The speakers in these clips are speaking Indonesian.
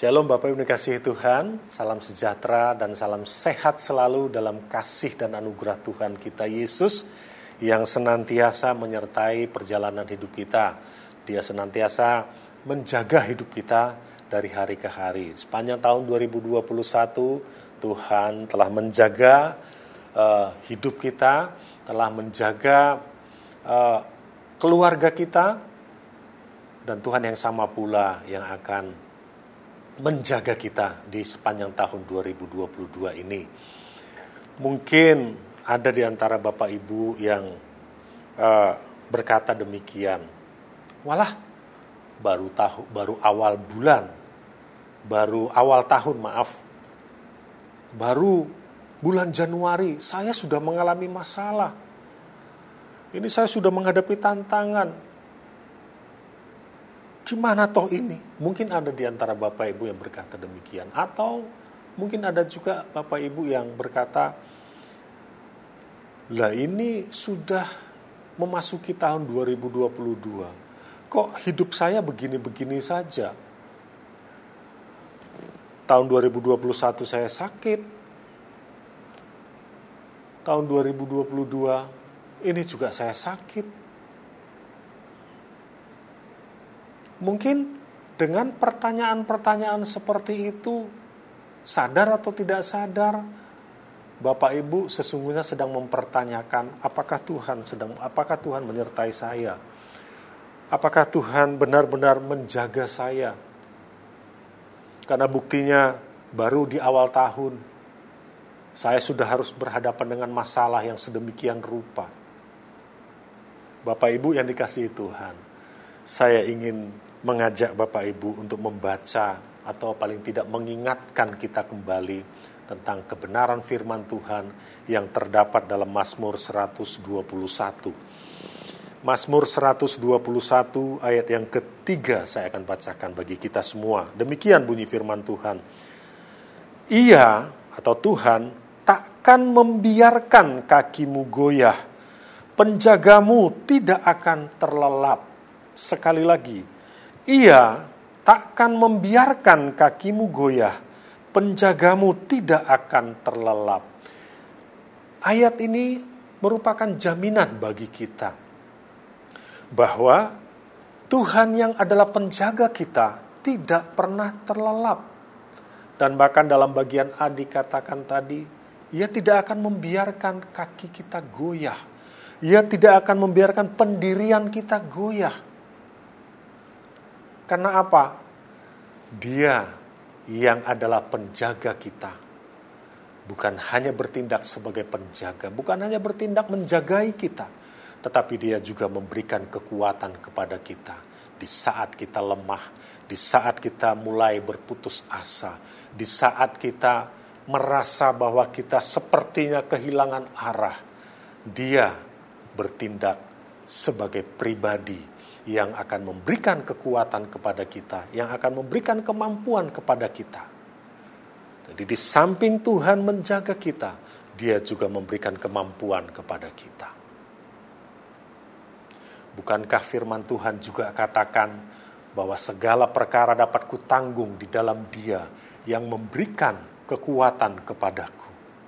Shalom Bapak Ibu dikasihi Tuhan, salam sejahtera dan salam sehat selalu dalam kasih dan anugerah Tuhan kita Yesus yang senantiasa menyertai perjalanan hidup kita. Dia senantiasa menjaga hidup kita dari hari ke hari. Sepanjang tahun 2021 Tuhan telah menjaga hidup kita, telah menjaga keluarga kita, dan Tuhan yang sama pula yang akan menjaga kita di sepanjang tahun 2022 ini. Mungkin ada di antara Bapak Ibu yang berkata demikian. Walah, baru awal bulan, baru awal tahun, baru bulan Januari saya sudah mengalami masalah. Ini saya sudah menghadapi tantangan. Gimana toh ini? Mungkin ada di antara Bapak Ibu yang berkata demikian. Atau mungkin ada juga Bapak Ibu yang berkata, lah ini sudah memasuki tahun 2022. Kok hidup saya begini-begini saja? Tahun 2021 saya sakit. Tahun 2022 ini juga saya sakit. Mungkin dengan pertanyaan-pertanyaan seperti itu, sadar atau tidak sadar, Bapak Ibu sesungguhnya sedang mempertanyakan apakah Tuhan menyertai saya? Apakah Tuhan benar-benar menjaga saya? Karena buktinya baru di awal tahun saya sudah harus berhadapan dengan masalah yang sedemikian rupa. Bapak Ibu yang dikasihi Tuhan, saya ingin mengajak Bapak Ibu untuk membaca atau paling tidak mengingatkan kita kembali tentang kebenaran firman Tuhan yang terdapat dalam Mazmur 121. Mazmur 121 ayat yang ketiga saya akan bacakan bagi kita semua. Demikian bunyi firman Tuhan. Ia atau Tuhan takkan membiarkan kakimu goyah, penjagamu tidak akan terlelap. Sekali lagi, Ia takkan membiarkan kakimu goyah, penjagamu tidak akan terlelap. Ayat ini merupakan jaminan bagi kita bahwa Tuhan yang adalah penjaga kita tidak pernah terlelap. Dan bahkan dalam bagian A dikatakan tadi, Ia tidak akan membiarkan kaki kita goyah. Ia tidak akan membiarkan pendirian kita goyah. Karena apa? Dia yang adalah penjaga kita. Bukan hanya bertindak sebagai penjaga, bukan hanya bertindak menjagai kita, tetapi dia juga memberikan kekuatan kepada kita di saat kita lemah, di saat kita mulai berputus asa, di saat kita merasa bahwa kita sepertinya kehilangan arah. Dia bertindak sebagai pribadi yang akan memberikan kekuatan kepada kita, yang akan memberikan kemampuan kepada kita. Jadi di samping Tuhan menjaga kita, Dia juga memberikan kemampuan kepada kita. Bukankah firman Tuhan juga katakan bahwa segala perkara dapat kutanggung di dalam Dia yang memberikan kekuatan kepadaku.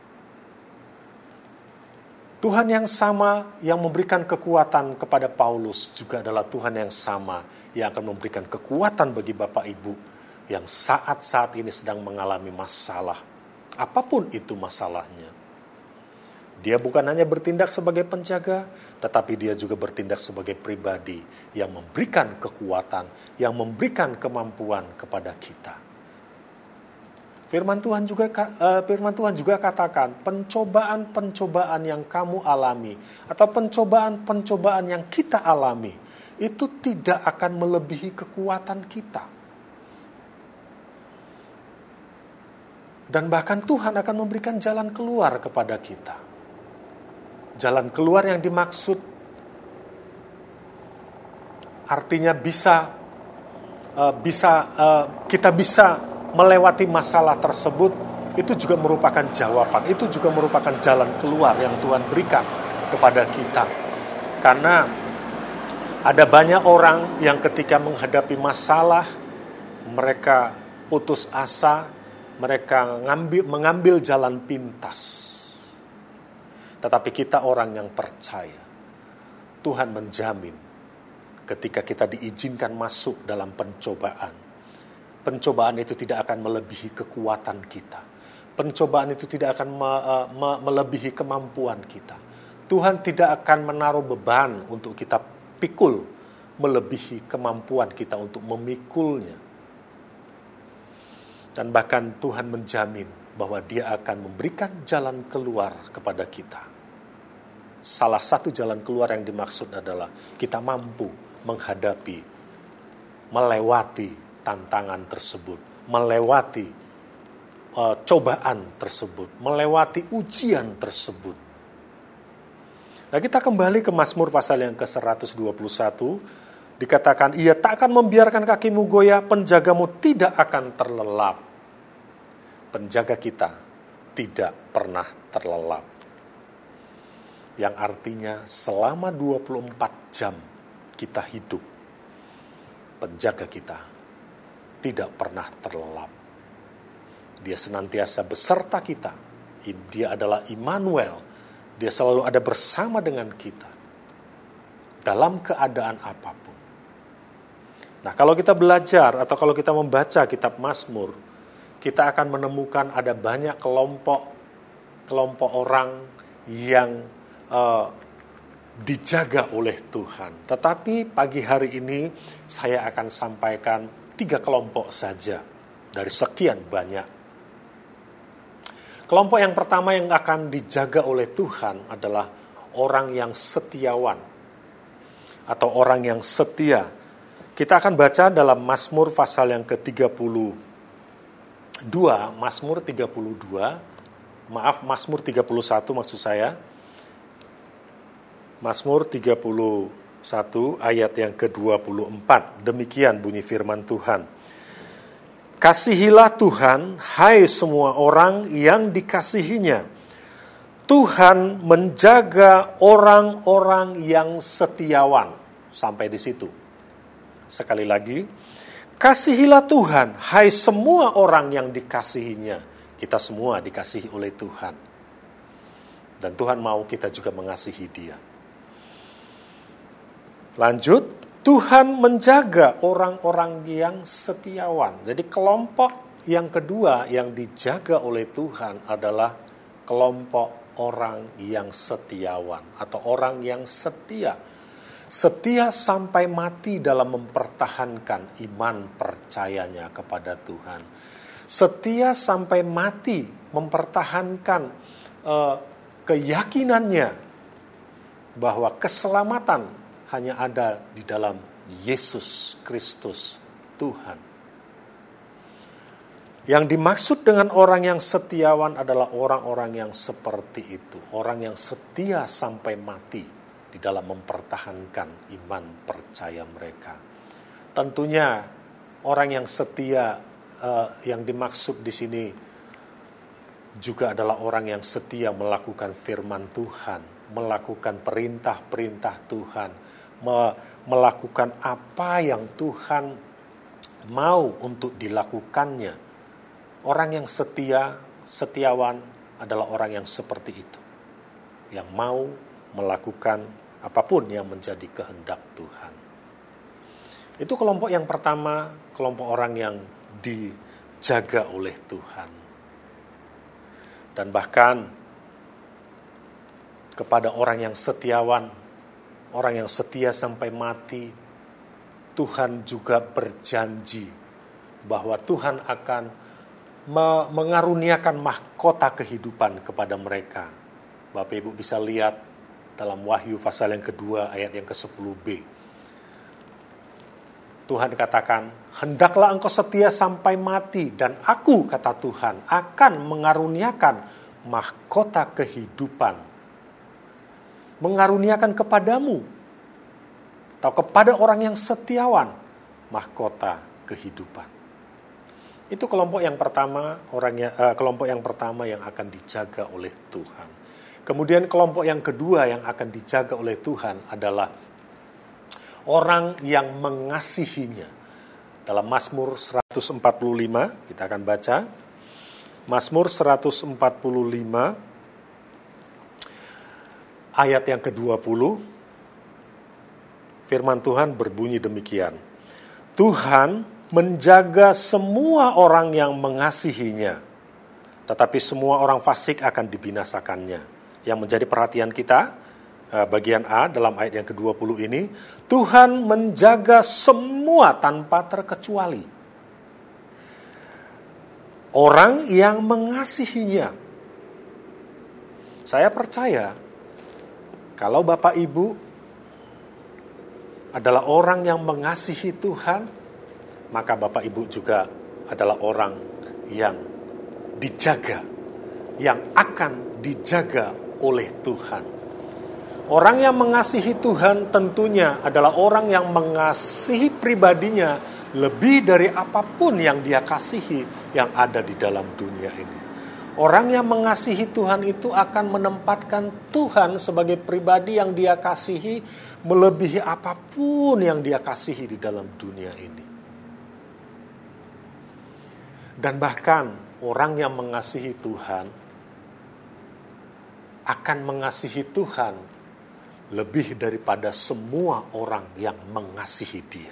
Tuhan yang sama yang memberikan kekuatan kepada Paulus juga adalah Tuhan yang sama yang akan memberikan kekuatan bagi Bapak Ibu yang saat-saat ini sedang mengalami masalah. Apapun itu masalahnya. Dia bukan hanya bertindak sebagai penjaga, tetapi dia juga bertindak sebagai pribadi yang memberikan kekuatan, yang memberikan kemampuan kepada kita. Firman Tuhan juga katakan, pencobaan-pencobaan yang kamu alami atau pencobaan-pencobaan yang kita alami itu tidak akan melebihi kekuatan kita. Dan bahkan Tuhan akan memberikan jalan keluar kepada kita. Jalan keluar yang dimaksud artinya kita bisa melewati masalah tersebut, itu juga merupakan jawaban, itu juga merupakan jalan keluar yang Tuhan berikan kepada kita. Karena ada banyak orang yang ketika menghadapi masalah, mereka putus asa, mereka mengambil jalan pintas. Tetapi kita orang yang percaya, Tuhan menjamin ketika kita diizinkan masuk dalam pencobaan, pencobaan itu tidak akan melebihi kekuatan kita. Pencobaan itu tidak akan melebihi kemampuan kita. Tuhan tidak akan menaruh beban untuk kita pikul melebihi kemampuan kita untuk memikulnya. Dan bahkan Tuhan menjamin bahwa Dia akan memberikan jalan keluar kepada kita. Salah satu jalan keluar yang dimaksud adalah kita mampu menghadapi, melewati tantangan tersebut, melewati cobaan tersebut, melewati ujian tersebut. Nah, kita kembali ke Mazmur pasal yang ke-121, dikatakan, Ia tak akan membiarkan kakimu goyah, penjagamu tidak akan terlelap. Penjaga kita tidak pernah terlelap. Yang artinya selama 24 jam kita hidup, penjaga kita tidak pernah terlelap. Dia senantiasa beserta kita. Dia adalah Immanuel. Dia selalu ada bersama dengan kita dalam keadaan apapun. Nah, kalau kita belajar atau kalau kita membaca kitab Mazmur, kita akan menemukan ada banyak kelompok orang yang dijaga oleh Tuhan. Tetapi pagi hari ini saya akan sampaikan 3 kelompok saja dari sekian banyak. Kelompok yang pertama yang akan dijaga oleh Tuhan adalah orang yang setiawan atau orang yang setia. Kita akan baca dalam Mazmur pasal yang ke-32, Mazmur 31 maksud saya. Mazmur 31 ayat yang ke-24. Demikian bunyi firman Tuhan. Kasihilah Tuhan, hai semua orang yang dikasihinya. Tuhan menjaga orang-orang yang setiawan. Sampai di situ. Sekali lagi. Kasihilah Tuhan, hai semua orang yang dikasihinya. Kita semua dikasihi oleh Tuhan. Dan Tuhan mau kita juga mengasihi Dia. Lanjut, Tuhan menjaga orang-orang yang setiawan. Jadi kelompok yang kedua yang dijaga oleh Tuhan adalah kelompok orang yang setiawan atau orang yang setia. Setia sampai mati dalam mempertahankan iman percayanya kepada Tuhan. Setia sampai mati mempertahankan keyakinannya bahwa keselamatan hanya ada di dalam Yesus Kristus Tuhan. Yang dimaksud dengan orang yang setiawan adalah orang-orang yang seperti itu. Orang yang setia sampai mati di dalam mempertahankan iman percaya mereka. Tentunya orang yang setia yang dimaksud di sini juga adalah orang yang setia melakukan firman Tuhan, melakukan perintah-perintah Tuhan, melakukan apa yang Tuhan mau untuk dilakukannya. Orang yang setiawan adalah orang yang seperti itu, yang mau melakukan apapun yang menjadi kehendak Tuhan. Itu kelompok yang pertama, kelompok orang yang dijaga oleh Tuhan. Dan bahkan kepada orang yang setiawan, orang yang setia sampai mati, Tuhan juga berjanji bahwa Tuhan akan mengaruniakan mahkota kehidupan kepada mereka. Bapak Ibu bisa lihat dalam Wahyu pasal yang kedua ayat yang ke-10b. Tuhan katakan, hendaklah engkau setia sampai mati, dan aku, kata Tuhan, akan mengaruniakan mahkota kehidupan. Mengaruniakan kepadamu atau kepada orang yang setiawan mahkota kehidupan. Itu kelompok yang pertama, kelompok yang pertama yang akan dijaga oleh Tuhan. Kemudian kelompok yang kedua yang akan dijaga oleh Tuhan adalah orang yang mengasihinya. dalam Mazmur 145, kita akan baca. Mazmur 145 ayat yang ke-20. Firman Tuhan berbunyi demikian. Tuhan menjaga semua orang yang mengasihinya, tetapi semua orang fasik akan dibinasakannya. Yang menjadi perhatian kita, bagian A dalam ayat yang ke-20 ini, Tuhan menjaga semua tanpa terkecuali. Orang yang mengasihinya. Saya percaya, kalau Bapak Ibu adalah orang yang mengasihi Tuhan, maka Bapak Ibu juga adalah orang yang dijaga, yang akan dijaga oleh Tuhan. Orang yang mengasihi Tuhan tentunya adalah orang yang mengasihi pribadinya lebih dari apapun yang dia kasihi yang ada di dalam dunia ini. Orang yang mengasihi Tuhan itu akan menempatkan Tuhan sebagai pribadi yang dia kasihi melebihi apapun yang dia kasihi di dalam dunia ini. Dan bahkan orang yang mengasihi Tuhan akan mengasihi Tuhan lebih daripada semua orang yang mengasihi Dia.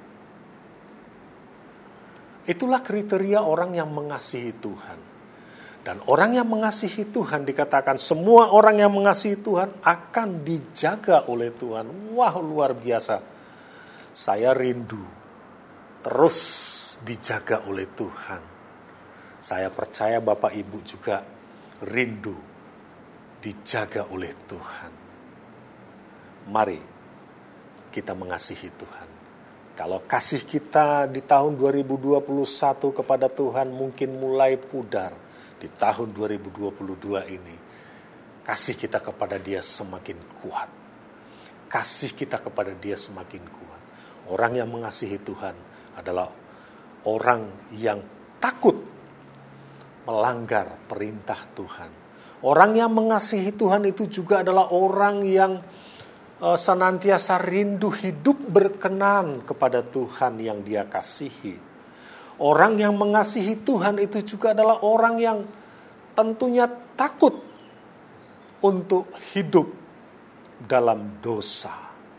Itulah kriteria orang yang mengasihi Tuhan. Dan orang yang mengasihi Tuhan dikatakan semua orang yang mengasihi Tuhan akan dijaga oleh Tuhan. Wah, luar biasa. Saya rindu terus dijaga oleh Tuhan. Saya percaya Bapak Ibu juga rindu dijaga oleh Tuhan. Mari kita mengasihi Tuhan. Kalau kasih kita di tahun 2021 kepada Tuhan mungkin mulai pudar, di tahun 2022 ini, kasih kita kepada Dia semakin kuat. Kasih kita kepada Dia semakin kuat. Orang yang mengasihi Tuhan adalah orang yang takut melanggar perintah Tuhan. Orang yang mengasihi Tuhan itu juga adalah orang yang senantiasa rindu hidup berkenan kepada Tuhan yang dia kasihi. Orang yang mengasihi Tuhan itu juga adalah orang yang tentunya takut untuk hidup dalam dosa.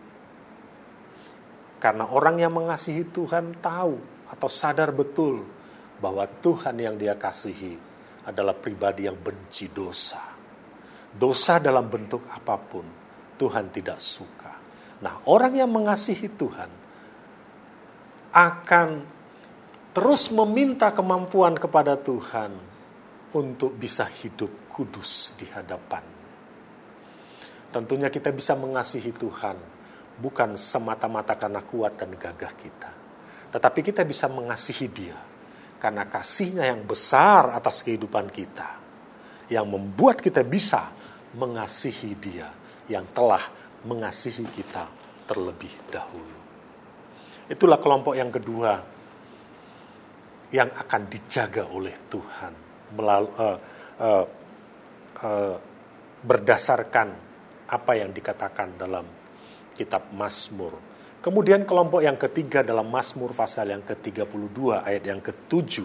Karena orang yang mengasihi Tuhan tahu atau sadar betul bahwa Tuhan yang dia kasihi adalah pribadi yang benci dosa. Dosa dalam bentuk apapun Tuhan tidak suka. Nah, orang yang mengasihi Tuhan akan terus meminta kemampuan kepada Tuhan untuk bisa hidup kudus di hadapan-Nya. Tentunya kita bisa mengasihi Tuhan bukan semata-mata karena kuat dan gagah kita, tetapi kita bisa mengasihi Dia karena kasih-Nya yang besar atas kehidupan kita, yang membuat kita bisa mengasihi Dia yang telah mengasihi kita terlebih dahulu. Itulah kelompok yang kedua yang akan dijaga oleh Tuhan berdasarkan apa yang dikatakan dalam kitab Mazmur. Kemudian kelompok yang ketiga dalam Mazmur pasal yang ke-32 ayat yang ke-7.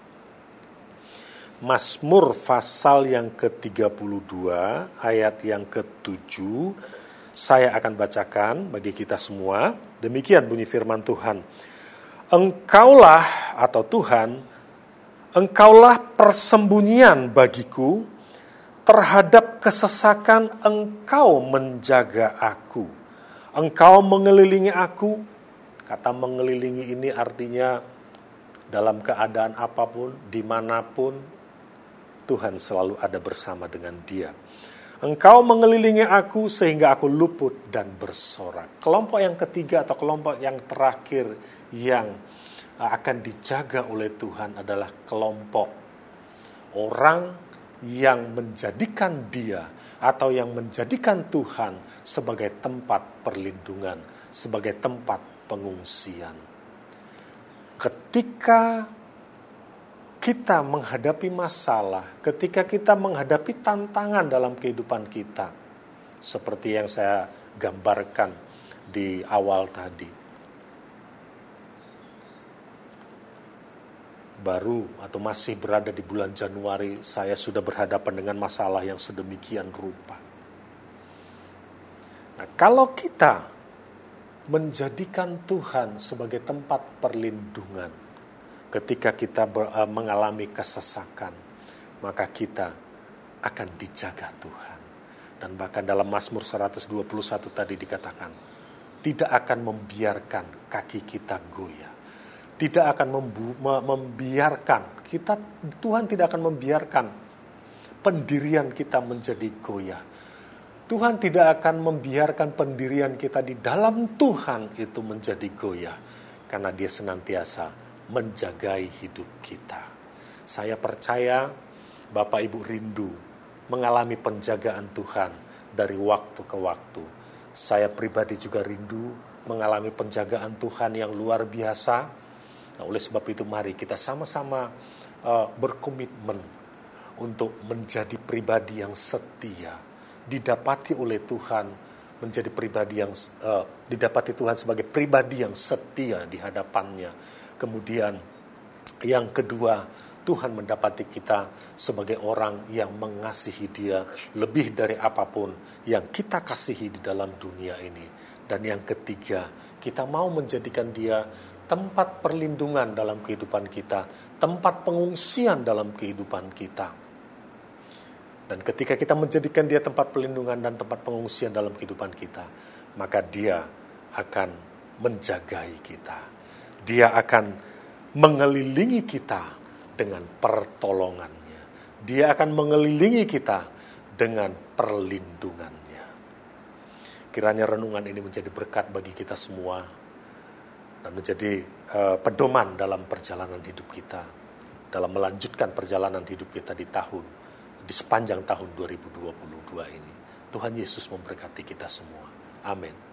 Mazmur pasal yang ke-32 ayat yang ke-7 saya akan bacakan bagi kita semua. Demikian bunyi firman Tuhan. Engkaulah atau Tuhan, Engkaulah persembunyian bagiku, terhadap kesesakan Engkau menjaga aku. Engkau mengelilingi aku. Kata mengelilingi ini artinya dalam keadaan apapun, dimanapun, Tuhan selalu ada bersama dengan dia. Engkau mengelilingi aku sehingga aku luput dan bersorak. Kelompok yang ketiga atau kelompok yang terakhir yang akan dijaga oleh Tuhan adalah kelompok orang yang menjadikan dia atau yang menjadikan Tuhan sebagai tempat perlindungan, sebagai tempat pengungsian. Ketika kita menghadapi masalah, ketika kita menghadapi tantangan dalam kehidupan kita, seperti yang saya gambarkan di awal tadi, baru atau masih berada di bulan Januari, saya sudah berhadapan dengan masalah yang sedemikian rupa. Nah, kalau kita menjadikan Tuhan sebagai tempat perlindungan ketika kita mengalami kesesakan, maka kita akan dijaga Tuhan. Dan bahkan dalam Mazmur 121 tadi dikatakan, tidak akan membiarkan kaki kita goyah. Tidak akan membiarkan kita, Tuhan tidak akan membiarkan pendirian kita menjadi goyah. Tuhan tidak akan membiarkan pendirian kita di dalam Tuhan itu menjadi goyah, karena Dia senantiasa menjagai hidup kita. Saya percaya Bapak Ibu rindu mengalami penjagaan Tuhan dari waktu ke waktu. Saya pribadi juga rindu mengalami penjagaan Tuhan yang luar biasa. Nah, oleh sebab itu mari kita sama-sama berkomitmen untuk menjadi pribadi yang setia, didapati oleh Tuhan, menjadi pribadi yang didapati Tuhan sebagai pribadi yang setia di hadapannya. Kemudian yang kedua, Tuhan mendapati kita sebagai orang yang mengasihi Dia lebih dari apapun yang kita kasihi di dalam dunia ini. Dan yang ketiga, kita mau menjadikan Dia tempat perlindungan dalam kehidupan kita, tempat pengungsian dalam kehidupan kita. Dan ketika kita menjadikan Dia tempat perlindungan dan tempat pengungsian dalam kehidupan kita, maka Dia akan menjagai kita. Dia akan mengelilingi kita dengan pertolongannya. Dia akan mengelilingi kita dengan perlindungannya. Kiranya renungan ini menjadi berkat bagi kita semua dan menjadi pedoman dalam perjalanan hidup kita, dalam melanjutkan perjalanan hidup kita di sepanjang tahun 2022 ini. Tuhan Yesus memberkati kita semua. Amin.